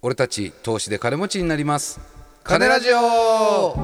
俺たち投資で金持ちになります。金ラジオ。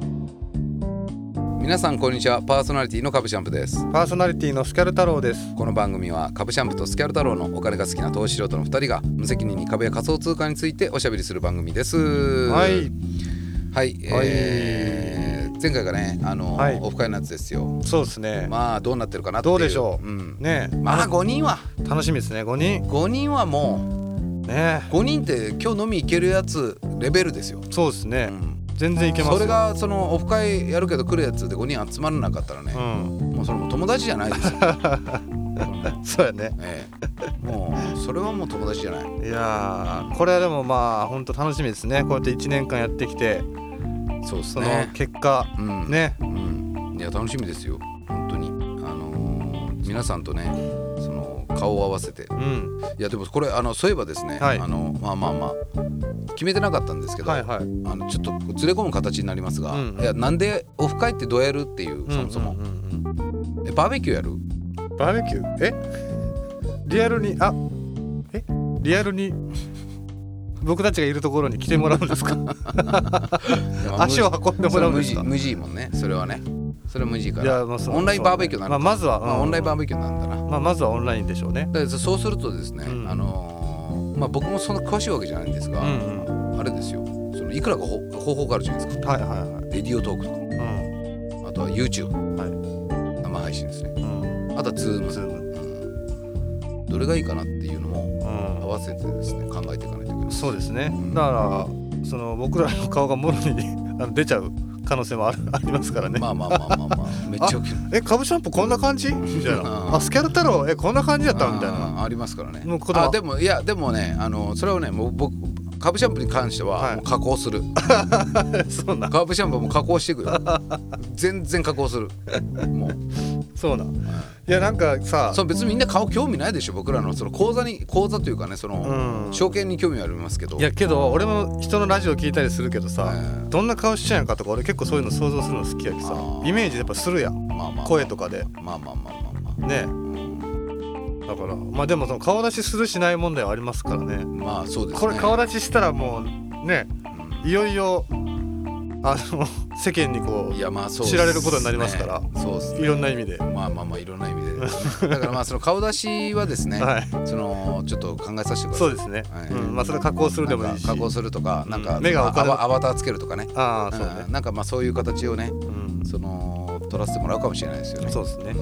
皆さんこんにちは。パーソナリティの株シャンプです。 パーソナリティのスキャル太郎です。 この番組は株シャンプとスキャル太郎のお金が好きな投資素人の2人が無責任に株や仮想通貨についておしゃべりする番組です。はいはい、前回がね、オフ会のやつですよ。 そうですね。 まあどうなってるかなっていう。 どうでしょう、ね。 まあ5人は楽しみですね。5 人はもうね、5人って今日飲み行けるやつレベルですよ。 そうですね、全然いけますよ。 それがそのオフ会やるけど来るやつで5人集まらなかったらね、もうそれも友達じゃないですよ。 そうやね、 もうそれはもう友達じゃない。 いやこれはでもまあ本当楽しみですね。こうやって1年間やってきて、 そうですね、 その結果、ね、 いや楽しみですよ本当に。皆さんとねその顔を合わせて、いやでもこれそういえばですね、まあ決めてなかったんですけど、ちょっとずれ込む形になりますが、いやなんでオフ会ってどうやるっていう、そもそも、バーベキューやる？ バーベキュー？リアルに僕たちがいるところに来てもらうんですか？足を運んでもらうんですか？ 無事もんね、それはね。それは無事から。オンラインバーベキューなのか。 まずは、 オンラインバーベキューなんだな。 まずはオンラインでしょうね。 そうするとですね、僕もそんな詳しいわけじゃないんですが、あれですよ。そのいくらか方法があるじゃないですか。レディオトークとか、あとは YouTube、生配信ですね。あとは Zoom。どれがいいかなっていうのも合わせてですね考えていかないといけない。 そうですね。だからその僕らの顔がもろに出ちゃう可能性もありますからね。 まあめっちゃ起きる。 株シャンプこんな感じみたいな。スキャル太郎こんな感じだったみたいな。ありますからね。でもねそれはねもう僕株シャンプに関してはもう加工する。そうな。株シャンプも加工していくよ。全然加工する。もう。 そうな。いやなんかさ、 別にみんな顔興味ないでしょ。僕らのその講座というかね、その証券に興味ありますけど。 いやけど俺も人のラジオ聞いたりするけどさ、どんな顔しちゃうんかとか俺結構そういうの想像するの好きやけどさ、イメージやっぱするやん。声とかで。ね。だからでもその顔出しするしない問題はありますからね。 まあそうですね。 これ顔出ししたらもうね、いよいよ世間にこう知られることになりますから、いろんな意味で。 いろんな意味で。だからその顔出しはですね、そのちょっと考えさせてください。 そうですね。それ加工するでもいいし、 加工するとかなんか目がアバターつけるとかね。なんかそういう形をね、その取らせてもらうかもしれないですよね。 そうですね。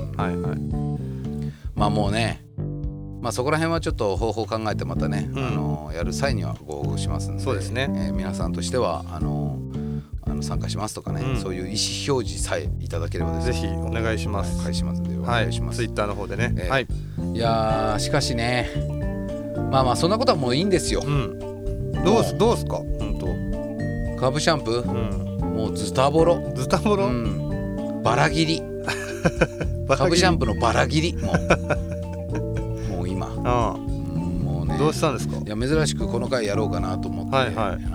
もうね。そこら辺はちょっと方法考えてまたね、やる際にはご報告しますんで。 そうですね。 皆さんとしては参加しますとかね、そういう意思表示さえいただければですね、 ぜひお願いします。 返しますのでお願いします。 ツイッターの方でね。 いやしかしね、そんなことはもういいんですよ。 どうすか本当。 株シャンプもうズタボロ、バラ切り。株シャンプのバラ切りもう今もうね。 どうしたんですか？ いや珍しくこの回やろうかなと思って、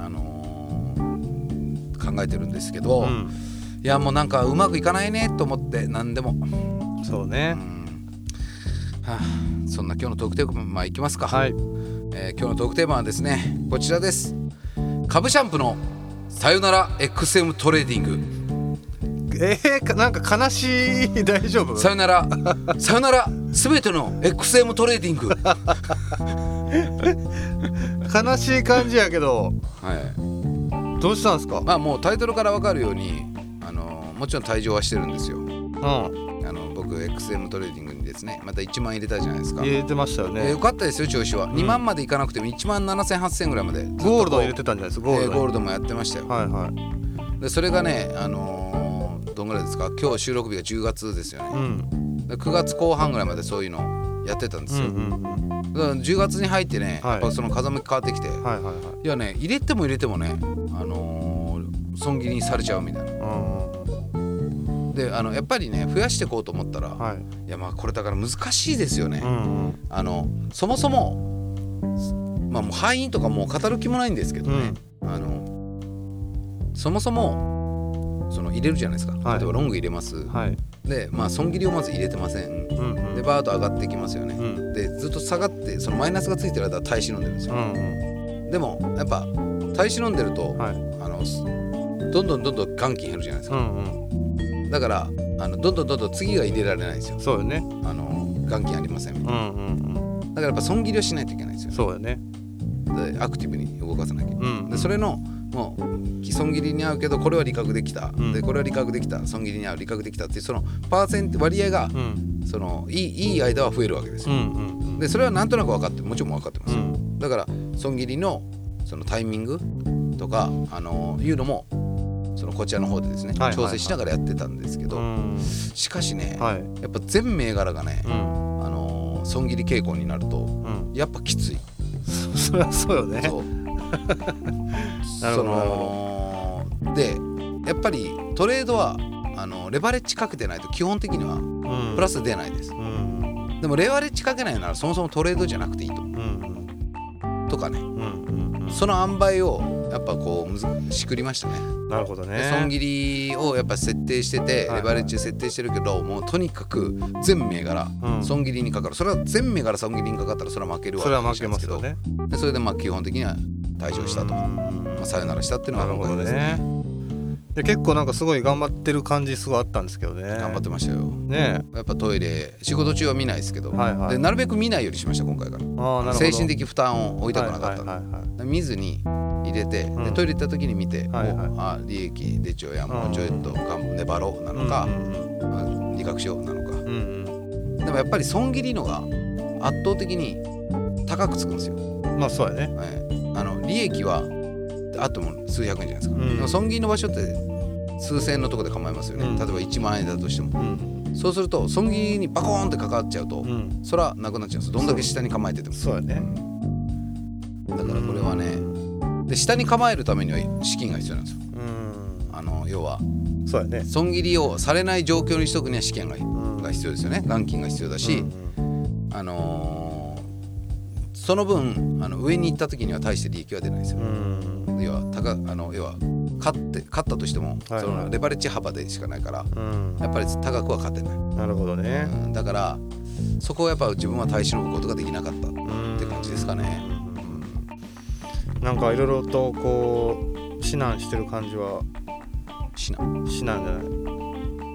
考えてるんですけど、いやもうなんかうまくいかないねと思って、何でもそうね。 そんな今日のトークテーマいきますか。今日のトークテーマはですねこちらです。株シャンプのさよなら XM トレーディング。 なんか悲しい。大丈夫？ さよなら全ての XM トレーディング。 悲しい感じやけど、どうしたんですか？ もうタイトルから分かるようにもちろん退場はしてるんですよ。僕 XM トレーディングにですねまた1万入れたじゃないですか。 入れてましたよね。 よかったですよ調子は。2万までいかなくても1万7000、8000ぐらいまでゴールド入れてたんじゃないですか。ゴールドもやってましたよ。でそれがねどんぐらいですか。今日収録日が10月ですよね。9月後半ぐらいまでそういうのやってたんですよ。だから10月に入ってね、やっぱその風向き変わってきて、いやね入れてもね損切りにされちゃうみたいな。でやっぱりね増やしていこうと思ったら、いやこれだから難しいですよね。そもそももう敗因とかもう語る気もないんですけどね、そもそもその入れるじゃないですか。例えばロング入れます、で損切りをまず入れてません、でバーッと上がってきますよね、でずっと下がってそのマイナスがついてる間は耐え忍んでるんですよ、 でもやっぱ大使飲んでると、はい、どんどん元金減るじゃないですか、だからどんどん次が入れられないんですよ。 そうよね。 元金ありませんみたいな、だからやっぱ損切りをしないといけないんですよね。 そうよね。 でアクティブに動かさなきゃいけない、でそれのもう損切りに合うけどこれは利確できた、でこれは利確できた、損切りに合う利確できたっていうそのパーセント割合が、そのいい間は増えるわけですよ、でそれはなんとなく分かってもちろん分かってますよ、だから損切りのそのタイミングとかいうのもそのこちらの方でですね、調整しながらやってたんですけど、しかしね、やっぱ全銘柄がね、損切り傾向になると、やっぱきつい。 そりゃそうよね。そうなるほど。でやっぱりトレードはレバレッジかけてないと基本的にはプラス出ないです、でもレバレッジかけないならそもそもトレードじゃなくていいと、とかね、その塩梅をやっぱこうしくりましたね。 なるほどね。 損切りをやっぱ設定してて、レバレッジ設定してるけど、もうとにかく全銘柄損切りにかかる、それは全銘柄損切りにかかったらそれは負けるわけなんですけど、それは負けますよね。でそれでまあ基本的には退場したと、さよならしたっていうのが今回ですね。 で結構なんかすごい頑張ってる感じすごいあったんですけどね。 頑張ってましたよね。 やっぱトイレ仕事中は見ないですけど、でなるべく見ないようにしました今回から。精神的負担を負いたくなかったんで、見ずに入れて、でトイレ行った時に見て、利益出ちゃうやん、もうちょっと粘ろうなのか、利確しようなのか、でもやっぱり損切りのが圧倒的に高くつくんですよ。 まあそうやね、 利益はあっても数百円じゃないですか、でも損切りの場所って数千円のところで構いますよね、例えば1万円だとしても、そうすると損切りにバコーンってかかっちゃうと、それはなくなっちゃうんです。どんだけ下に構えてても。 そうやね、 だからこれはね、で下に構えるためには資金が必要なんですよ。要はそうやね、 損切りをされない状況にしとくには資金が必要ですよね。元金が必要だし、その分上に行った時には大して利益は出ないですよ。要は勝ったとしても、そのレバレッジ幅でしかないから、やっぱり高くは勝てない。 なるほどね、 だからそこをやっぱ自分は耐え忍ぶことができなかったって感じですかね。 なんかいろいろとこう指南してる感じは指南じゃない、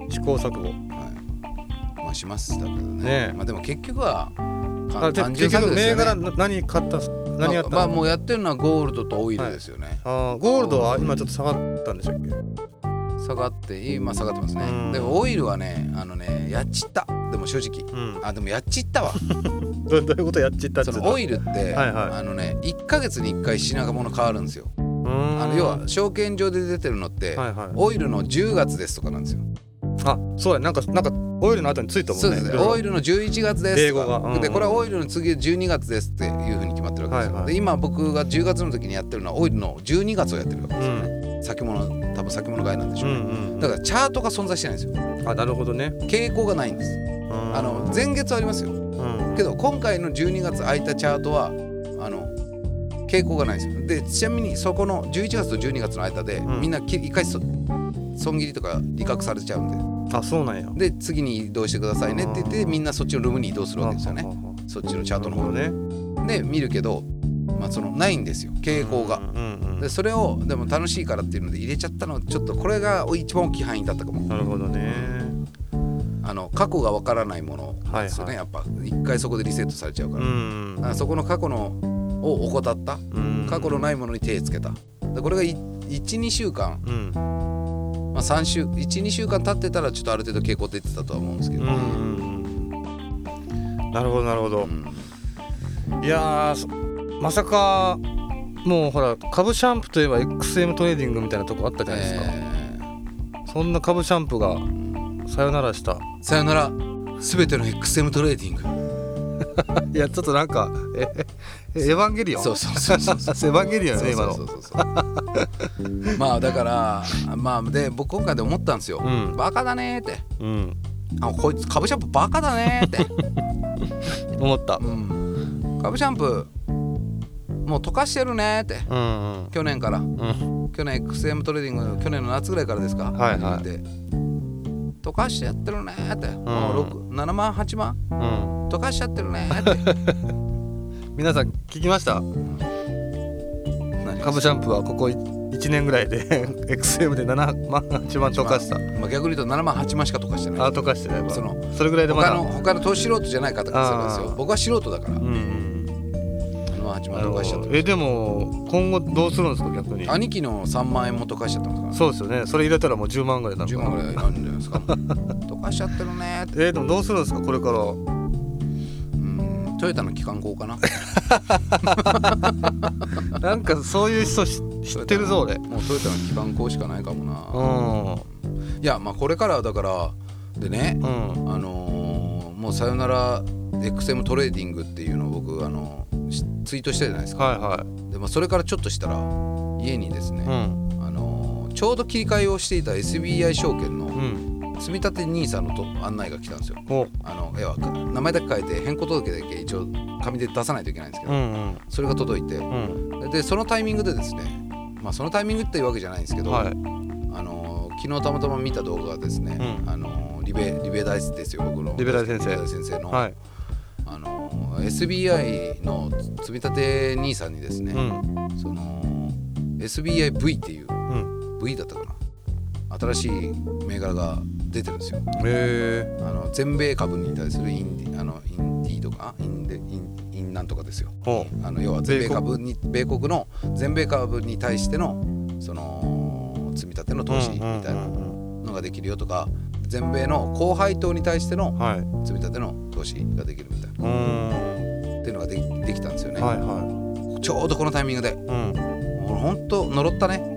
試行錯誤、 まあしましたけどね。まあでも結局は結局銘柄何買った何やったの？ まあもうやってるのはゴールドとオイルですよね。 ゴールドは今ちょっと下がったんでしたっけ？ 下がって今下がってますね。でもオイルはねやっちった。でも正直、でもやっちったわ。 どういうことやっちったって？ そのオイルって1ヶ月に1回品物変わるんですよ。要は証券上で出てるのって、オイルの10月ですとかなんですよ。 あ、そうや、なんかオイルの後についたもんね。 そうですね。オイルの11月ですとか、でこれはオイルの次12月ですっていう風に決まってるわけですよ。で今僕が10月の時にやってるのはオイルの12月をやってるわけですよね。多分先物買いなんでしょうね。だからチャートが存在してないんですよ。 あ、なるほどね。 傾向がないんです。前月はありますよ。けど今回の12月空いたチャートは傾向がないんですよ。でちなみにそこの11月と12月の間で、みんな一回損切りとか利確されちゃうんで。 あ、そうなんや。 で次に移動してくださいねって言ってみんなそっちのルームに移動するわけですよね。そっちのチャートの方で、で見るけど、そのないんですよ傾向が。でそれをでも楽しいからっていうので入れちゃったの、ちょっとこれが一番大きい範囲だったかも。 なるほどね。 過去がわからないものですよね。やっぱ一回そこでリセットされちゃうから、だからそこの過去のを怠った、過去のないものに手つけた。でこれが 1,2 週間、1,2 週間経ってたらちょっとある程度傾向出てたとは思うんですけどね。 なるほどなるほど。いやまさかもうほら株シャンプといえば XM トレーディングみたいなとこあったじゃないですか。そんな株シャンプがさよならした。 さよなら全ての XM トレーディング。 いやちょっとなんかエヴァンゲリオン。 そうエヴァンゲリオンね今の。まあだからで僕今回で思ったんですよ。バカだねって。こいつ株シャンプバカだねって思った。 株シャンプもう溶かしてるねって、去年から、去年 XM トレーディング去年の夏ぐらいからですか、で溶かしてやってるねって、もう7万8万、溶かしちゃってるねって皆さん聞きました？ 株シャンプーはここ1年ぐらいでXM で7万8万溶かした、 まあ、逆に言うと7万8万しか溶かしてない。 溶かしてない。それぐらいでまだ他の投資素人じゃない方がするんですよ。僕は素人だから、7万8万溶かしちゃった。 でも今後どうするんですか逆に。 兄貴の3万円も溶かしちゃったんですから、 そうですよね。それ入れたらもう10万ぐらいになるから。10万ぐらいなんじゃないですか溶かしちゃってるね。 でもどうするんですかこれから。 トヨタの機関工かななんかそういう人知ってるぞ俺。 もうトヨタの機関工しかないかもな。いやまあこれからだからでね、もうさよなら XM トレーディングっていうのを僕ツイートしたじゃないですか。 はいはい。 で、まあ、それからちょっとしたら家にですね、ちょうど切り替えをしていた SBI 証券の積立 NISA の案内が来たんですよ。要は名前だけ変えて変更届だけ一応紙で出さないといけないんですけど、それが届いて、でそのタイミングでですね、まあそのタイミングっていうわけじゃないんですけど、昨日たまたま見た動画がですね、リベ大ですよ、僕のリベ大先生の、SBI の積立 NISA にですね、その SBIV っていう、V だったかな、新しい銘柄が出てるんですよ。全米株に対するインディとかインなんとかですよ。要は全米株に米国の全米株に対してのその積み立ての投資みたいなのができるよとか、全米の高配当に対しての積み立ての投資ができるみたいな、っていうのができたんですよね。ちょうどこのタイミングで、もう本当呪ったね。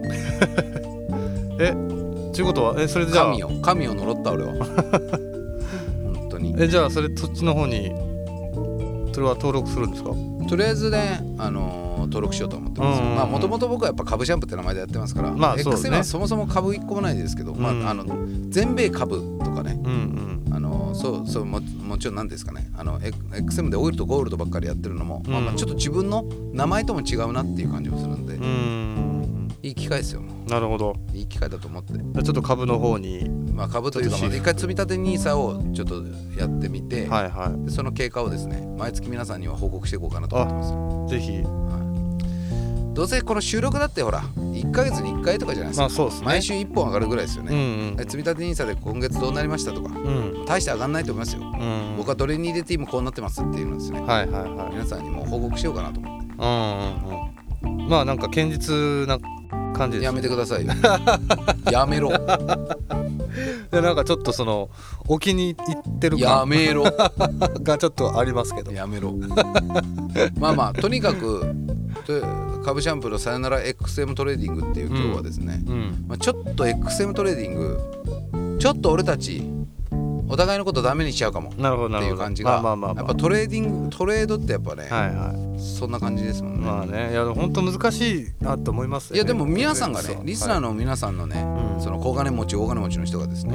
ということはそれでじゃあ神を呪った俺は本当に。 じゃあそっちの方にそれは登録するんですか。 とりあえずね、登録しようと思ってます。まあもともと僕はやっぱ株シャンプーって名前でやってますから、まあそうですね、XM はそもそも株1個もないですけど、全米株とかね、そうもちろんなんですかね、XM でオイルとゴールドばっかりやってるのも、ちょっと自分の名前とも違うなっていう感じもするんで、いい機会ですよ。 なるほど、 いい機会だと思って、ちょっと株の方に、 株というか一回積み立て NISA をちょっとやってみて、でその経過をですね毎月皆さんには報告していこうかなと思ってます。 ぜひ、 どうせこの収録だってほら1ヶ月に1回とかじゃないですか。そうですね、毎週1本上がるぐらいですよね。積み立て NISA で今月どうなりましたとか、大して上がんないと思いますよ。僕はどれに入れて今こうなってますっていうのをですね、皆さんにも報告しようかなと思って。 まあなんか堅実な感じです。 やめてくださいよ。やめろ。 でなんかちょっとそのお気に入ってる感やめろがちょっとありますけど。 やめろ。まあとにかく株シャンプーのさよなら XM トレーディングっていう今日はですね、ちょっと XM トレーディングちょっと俺たちお互いのことダメにしちゃうかもっていう感じが、やっぱトレードってやっぱね、そんな感じですもんね。 まあね、いや本当難しいなと思いますよね。 いやでも皆さんがね、リスナーの皆さんのね、その小金持ち大金持ちの人がですね、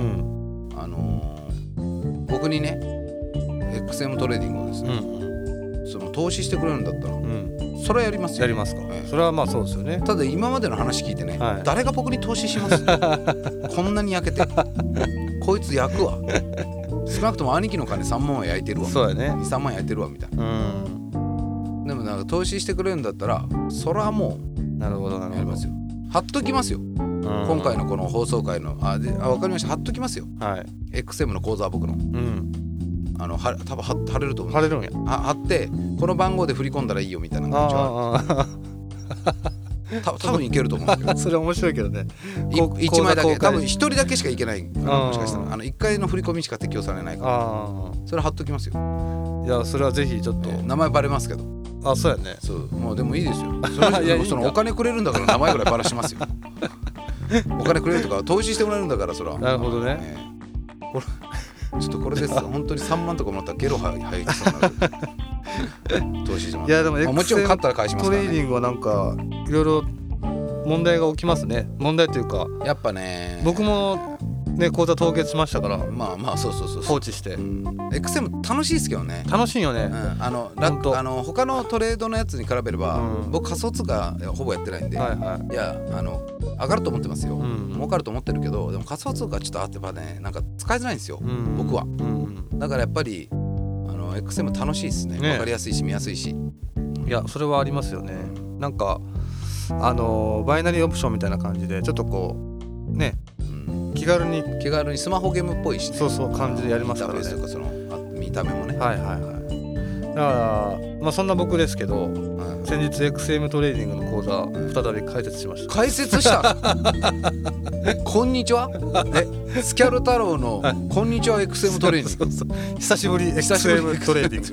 僕にね XM トレーディングをですね、その投資してくれるんだったら、それはやりますよ。 やりますか。それはまあそうですよね。 ただ今までの話聞いてね、誰が僕に投資します？こんなに焼けてこいつ焼くわ。少なくとも兄貴の金3万は焼いてるわ。 そうやね。 2、3万焼いてるわみたいな。でもなんか投資してくれるんだったら、それはもうやりますよ。貼っときますよ。今回のこの放送回の分かりました。貼っときますよ。XM の口座は僕の。多分貼れると思う。 貼れるんや。 貼ってこの番号で振り込んだらいいよみたいな感じは。多分いけると思うんですよ。 それ面白いけどね。 1枚だけ、多分1人だけしかいけない。もしかしたら1回の振り込みしか適用されないから、それ貼っときますよ。 いやそれはぜひちょっと、 名前バレますけど。 そうやね。 もうでもいいですよ。そのお金くれるんだから名前ぐらいバラしますよ。お金くれるとか投資してもらえるんだから、それは。 なるほどね。 ちょっとこれです本当に3万とかもらったらゲロ吐いてそうになる。投資してもらって。 いやでももちろん勝ったら返しますからね。 トレーディングはなんかいろいろ問題が起きますね。問題というか、 やっぱね、 僕もね口座凍結しましたから。 まあそう放置して。 XM 楽しいですけどね。 楽しいよね。 他のトレードのやつに比べれば、僕仮想通貨ほぼやってないんで、いや上がると思ってますよ。儲かると思ってるけど、でも仮想通貨ちょっとあってばね、なんか使いづらいんですよ。僕は。だからやっぱりXM 楽しいですね。分かりやすいし見やすいし。 いやそれはありますよね。なんかバイナリーオプションみたいな感じでちょっとこうね、気軽にスマホゲームっぽいしね、 そう感じでやりますからね。 インターフェースとか見た目もね。 はいはいはい。だからそんな僕ですけど、先日 XM トレーニングの講座再び解説しました。 解説したこんにちはスキャル太郎のこんにちは XM トレーニング。 そう久しぶり XM トレーニン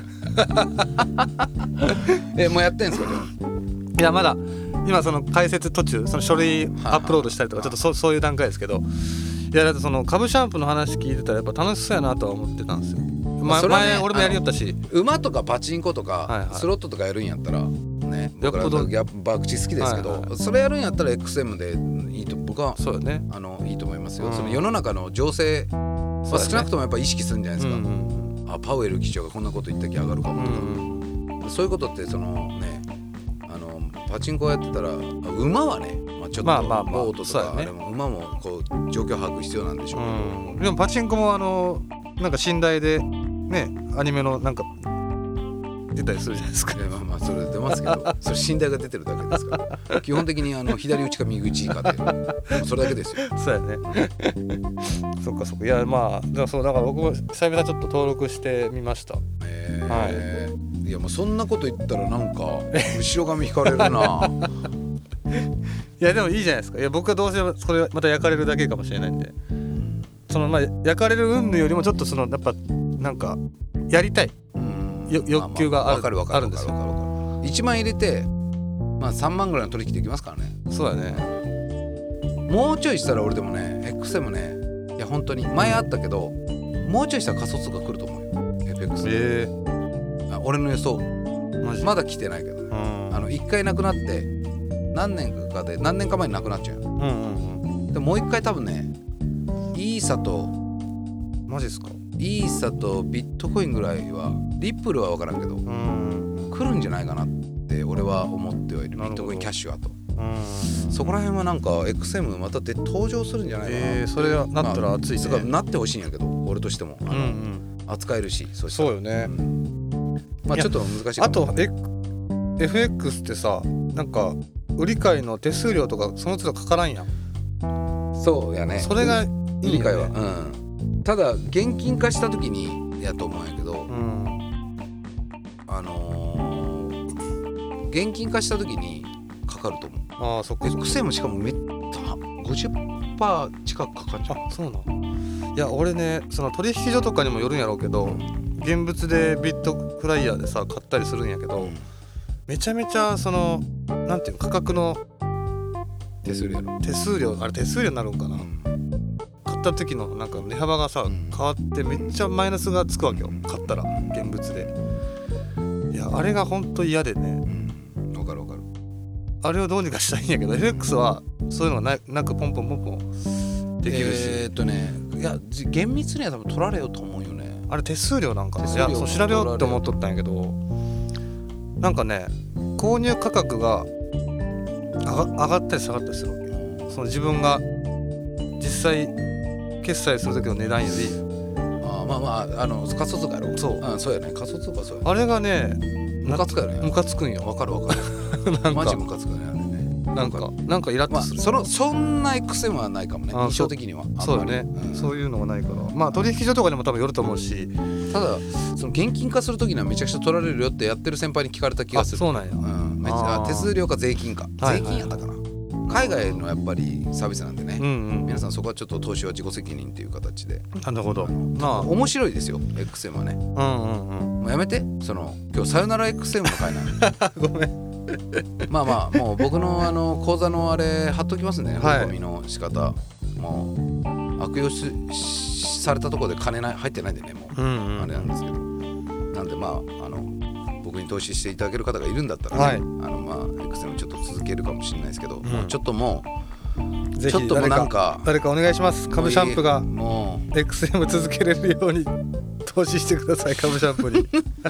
グもうやってんすか？ いやまだ今その解説途中、その書類アップロードしたりとかちょっとそういう段階ですけど、いやだってその株シャンプーの話聞いてたらやっぱ楽しそうやなとは思ってたんですよ。前俺もやりよったし、 馬とかパチンコとかスロットとかやるんやったらね、僕らバクチ好きですけど、それやるんやったら XM でいいと僕はそうよね、いいと思いますよ。その世の中の情勢は少なくともやっぱ意識するんじゃないですか。パウエル議長がこんなこと言ったき上がるかもとか、そういうことってそのね、パチンコやってたら馬はね、ちょっとボートとかあれも馬もこう状況把握必要なんでしょうけど、 でもパチンコもなんか寝台でね、アニメのなんか出たりするじゃないですか。 まあそれ出ますけど、それ寝台が出てるだけですから基本的に左打ちか右打ちかでそれだけですよ。 そうやねそっかいやまあだから僕も久々ちょっと登録してみました。 いやもうそんなこと言ったらなんか後ろ髪引かれるないやでもいいじゃないですか。いや僕はどうせそれまた焼かれるだけかもしれないんで、その焼かれる云々よりもちょっとそのやっぱなんかやりたい欲求があるんですよ。 1万入れて3万ぐらいの取引できますからね。 そうだね。 もうちょいしたら俺でもね XM ね、いや本当に前あったけどもうちょいしたら仮想通貨来ると思うよ FX。俺の予想まだ来てないけどね、1回なくなって何年か前になくなっちゃうよ、でもう1回多分ねイーサとマジですか、 イーサとビットコインぐらいは、リップルは分からんけど来るんじゃないかなって俺は思ってはいる。ビットコインキャッシュはと、そこら辺はなんか XM またで登場するんじゃないかな。 それがなったら熱いね。 なってほしいんやけど俺としても扱えるし、 そうよね、 ちょっと難しいかも。 あと、FX ってさ、なんか売り買いの手数料とかその都度かからんやん。 そうやね。 それがいいよね。 売り買いは、ただ現金化した時にやと思うんやけど、現金化した時にかかると思う。 そっか。 XM しかもめっちゃ 50% 近くかかんじゃん。 そうなの。いや俺ね、その取引所とかにもよるんやろうけど、現物でビットフライヤーでさ買ったりするんやけど、めちゃめちゃそのなんていうの、価格の手数料あれ手数料になるんかな、買った時のなんか値幅がさ、変わってめっちゃマイナスがつくわけよ、買ったら現物で。いやあれがほんと嫌でね。 わかるあれをどうにかしたいんやけど、 FX はそういうのがなくポンポンできるし、 いや厳密には多分取られようと思うよね。 あれ手数料なんかな。いやそう調べようって思っとったんやけど、なんかね購入価格が上がったり下がったりするわけよ。その自分が実際決済する時の値段より仮想通貨やろ。そうやね、仮想通貨そうやね。 あれがねムカつくよね。 ムカつくんよ。 わかるマジムカつくよねあれね。 なんかイラッとする。 そんな XM はないかもね、印象的には。 そうよね、そういうのがないから、取引所とかにも多分よると思うし、 ただその現金化する時にはめちゃくちゃ取られるよってやってる先輩に聞かれた気がする。 そうなんや。 手数料か税金か、税金やったかな。海外のやっぱりサービスなんでね、皆さんそこはちょっと投資は自己責任っていう形で。 なるほど。 面白いですよ XM はね。もうやめて、今日さよなら XM の回なのごめんもう僕の講座のあれ貼っときますね、振り込みの仕方。もう悪用されたところで金入ってないんでね、もうあれなんですけど、なんで僕に投資していただける方がいるんだったらね、XM ちょっと続けるかもしれないですけど、もうちょっともうぜひ誰かお願いします。株シャンプーがもう XM 続けれるように投資してください、株シャンプー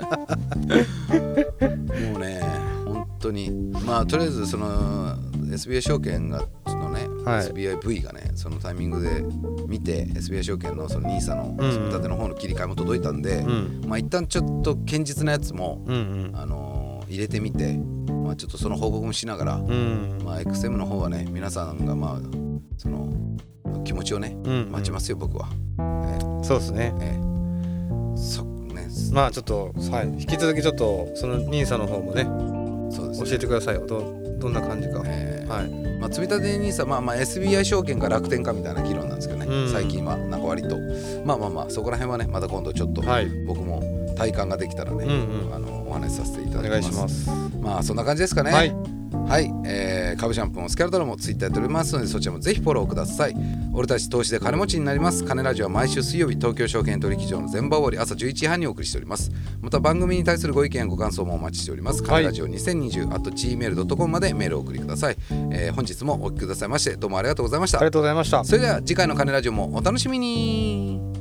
にもうね本当にとりあえずその SBI 証券がね、SBIV がねそのタイミングで見て SBI 証券のその NISA の積み立ての方の切り替えも届いたんで、一旦ちょっと堅実なやつも、入れてみてまあ、ちょっとその報告もしながら、まあ、XM の方はね皆さんがまあその気持ちをね、待ちますよ僕は、 そうですね、まあちょっと、はい、引き続きちょっとそのNISAの方もね、そうですね、教えてくださいよ、どんな感じか、はい、まあ、 積立 NISA、まあSBI 証券か楽天かみたいな議論なんですけどね、最近はなんか割とまあそこら辺はねまた今度ちょっと僕も体感ができたらね、お話しさせていただきます。お願いします。まあそんな感じですかね。はい、株シャンプーもスキャルドラもツイッターやっておりますので、そちらもぜひフォローください。俺たち投資で金持ちになります。金ラジオは毎週水曜日、東京証券取引所の全場終わり朝11時半にお送りしております。また番組に対するご意見やご感想もお待ちしております。金ラジオ2020@gmail.com までメールをお送りください。本日もお聞きくださいましてどうもありがとうございました。 ありがとうございました。 それでは次回の金ラジオもお楽しみに。